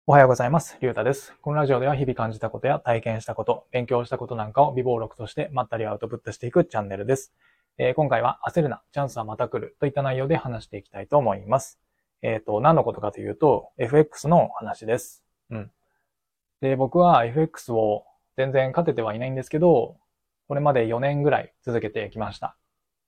おはようございます。りゅうたです。このラジオでは日々感じたことや体験したこと、勉強したことなんかを微暴録としてまったりアウトプットしていくチャンネルです。今回は焦るな、チャンスはまた来るといった内容で話していきたいと思います。何のことかというと、FX の話です。で、僕は FX を全然勝ててはいないんですけど、これまで4年ぐらい続けてきました。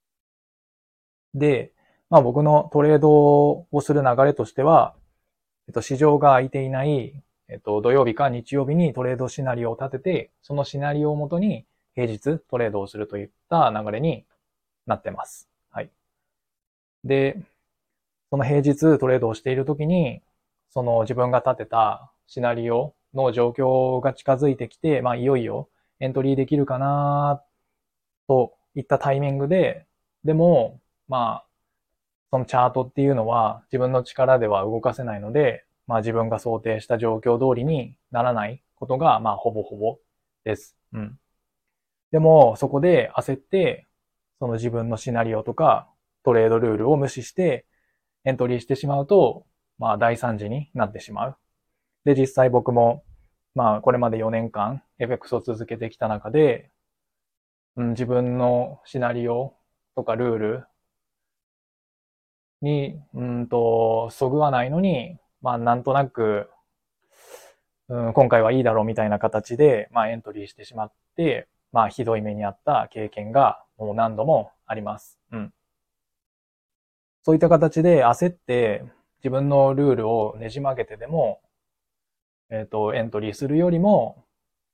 で、僕のトレードをする流れとしては、市場が空いていない、土曜日か日曜日にトレードシナリオを立てて、そのシナリオをもとに平日トレードをするといった流れになってます。はい。で、その平日トレードをしているときに、その自分が立てたシナリオの状況が近づいてきて、いよいよエントリーできるかなといったタイミングで、でも、そのチャートっていうのは自分の力では動かせないので、自分が想定した状況通りにならないことが、ほぼほぼです。でも、そこで焦って、その自分のシナリオとかトレードルールを無視してエントリーしてしまうと、大惨事になってしまう。で、実際僕も、これまで4年間 FX を続けてきた中で、自分のシナリオとかルールに、そぐわないのに、なんとなく、今回はいいだろうみたいな形で、エントリーしてしまって、ひどい目にあった経験がもう何度もあります。そういった形で焦って自分のルールをねじ曲げてでも、エントリーするよりも、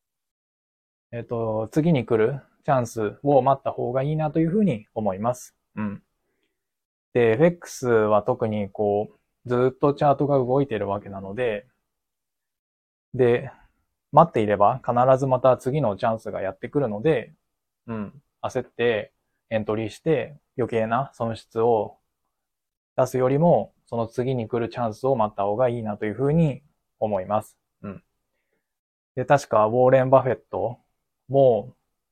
次に来るチャンスを待った方がいいなというふうに思います。で、FX は特にずっとチャートが動いているわけなので、で、待っていれば必ずまた次のチャンスがやってくるので、焦ってエントリーして余計な損失を出すよりも、その次に来るチャンスを待った方がいいなというふうに思います。で、確かウォーレン・バフェットも、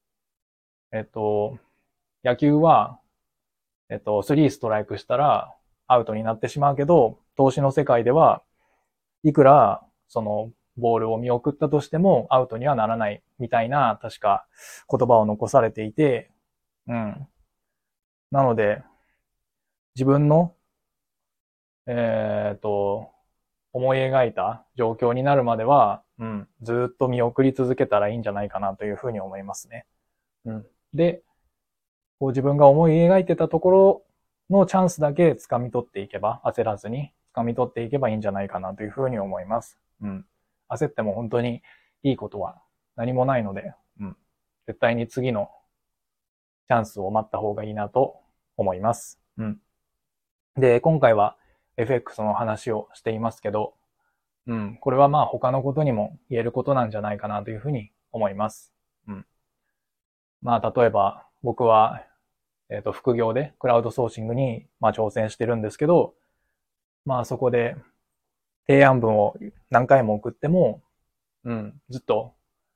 野球は、3ストライクしたらアウトになってしまうけど、投資の世界ではいくら、その、ボールを見送ったとしてもアウトにはならないみたいな、確か言葉を残されていて、なので、自分の、思い描いた状況になるまでは、ずっと見送り続けたらいいんじゃないかなというふうに思いますね。で、自分が思い描いてたところのチャンスだけ掴み取っていけば、焦らずに掴み取っていけばいいんじゃないかなというふうに思います。焦っても本当にいいことは何もないので、絶対に次のチャンスを待った方がいいなと思います。で、今回は FX の話をしていますけど、これは他のことにも言えることなんじゃないかなというふうに思います。例えば僕は、副業でクラウドソーシングに、挑戦してるんですけど、そこで提案文を何回も送っても、ずっと、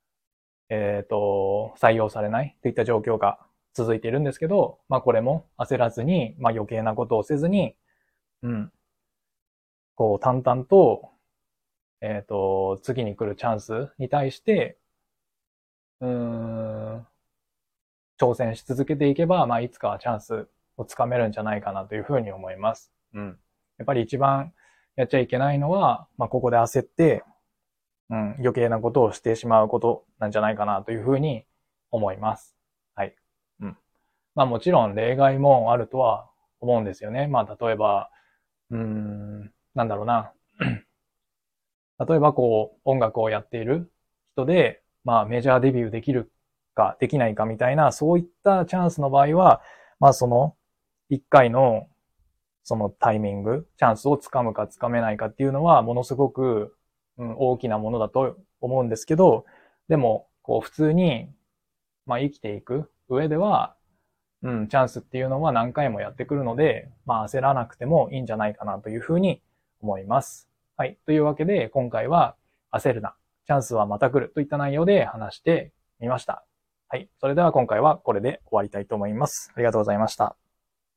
採用されないといった状況が続いているんですけど、これも焦らずに、余計なことをせずに、淡々と、次に来るチャンスに対して、挑戦し続けていけば、いつかはチャンスをつかめるんじゃないかなというふうに思います。やっぱり一番やっちゃいけないのは、ここで焦って、余計なことをしてしまうことなんじゃないかなというふうに思います。はい。もちろん例外もあるとは思うんですよね。例えば、なんだろうな。例えば音楽をやっている人で、メジャーデビューできるかできないかみたいな、そういったチャンスの場合は、その一回のそのタイミング、チャンスをつかむかつかめないかっていうのは、ものすごく、大きなものだと思うんですけど、でも、普通に、生きていく上では、チャンスっていうのは何回もやってくるので、焦らなくてもいいんじゃないかなというふうに思います。はい。というわけで、今回は焦るな、チャンスはまた来るといった内容で話してみました。はい。それでは今回はこれで終わりたいと思います。ありがとうございました。